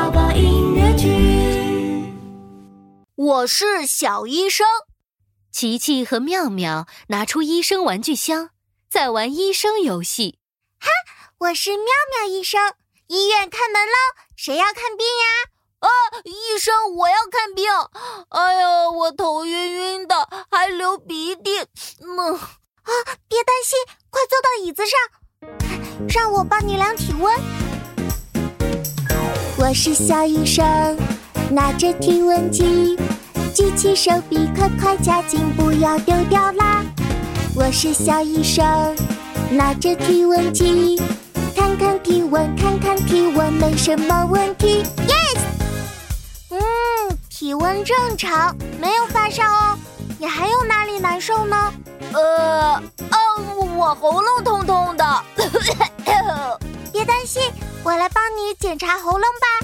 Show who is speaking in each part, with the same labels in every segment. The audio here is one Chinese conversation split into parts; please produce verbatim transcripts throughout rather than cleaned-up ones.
Speaker 1: 宝宝音乐剧。
Speaker 2: 我是小医生。
Speaker 3: 琪琪和妙妙拿出医生玩具箱，在玩医生游戏。
Speaker 4: 哈，我是妙妙医生，医院开门喽，谁要看病呀？
Speaker 2: 啊，医生，我要看病。哎呀，我头晕晕的，还流鼻涕。嗯，
Speaker 4: 啊，别担心，快坐到椅子上，让我帮你量体温。我是小医生，拿着体温计，举起手臂，快快夹紧，不要丢掉啦。我是小医生，拿着体温计，看看体温，看看体温，没什么问题。Yes。嗯，体温正常，没有发烧哦。你还有哪里难受呢？
Speaker 2: 呃，哦，我喉咙痛痛的。
Speaker 4: 别担心，我来帮你检查喉咙吧。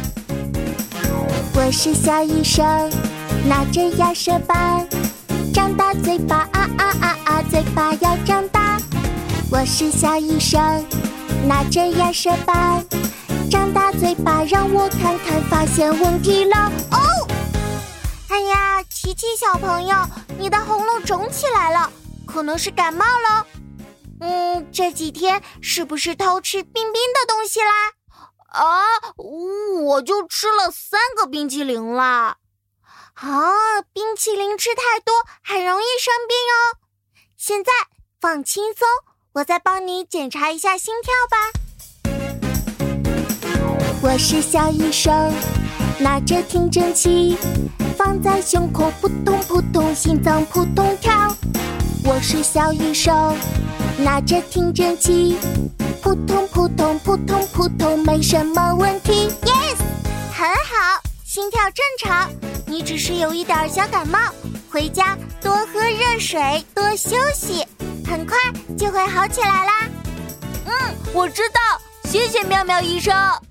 Speaker 4: 我是小医生，拿着牙舌板，张大嘴巴啊啊啊啊，嘴巴要张大。我是小医生，拿着牙舌板，张大嘴巴，让我看看，发现问题了。哦，哎呀，琪琪小朋友，你的喉咙肿起来了，可能是感冒了。嗯，这几天是不是偷吃冰冰的东西啦？
Speaker 2: 啊，我就吃了三个冰淇淋啦。
Speaker 4: 啊，冰淇淋吃太多很容易生病哦。现在放轻松，我再帮你检查一下心跳吧。我是小医生，拿着听诊器，放在胸口，扑通扑通，心脏扑通跳。我是小医生，拿着听诊器，扑通扑通扑通扑通，没什么问题。Yes， 很好，心跳正常，你只是有一点小感冒，回家多喝热水，多休息，很快就会好起来啦。
Speaker 2: 嗯，我知道，谢谢妙妙医生。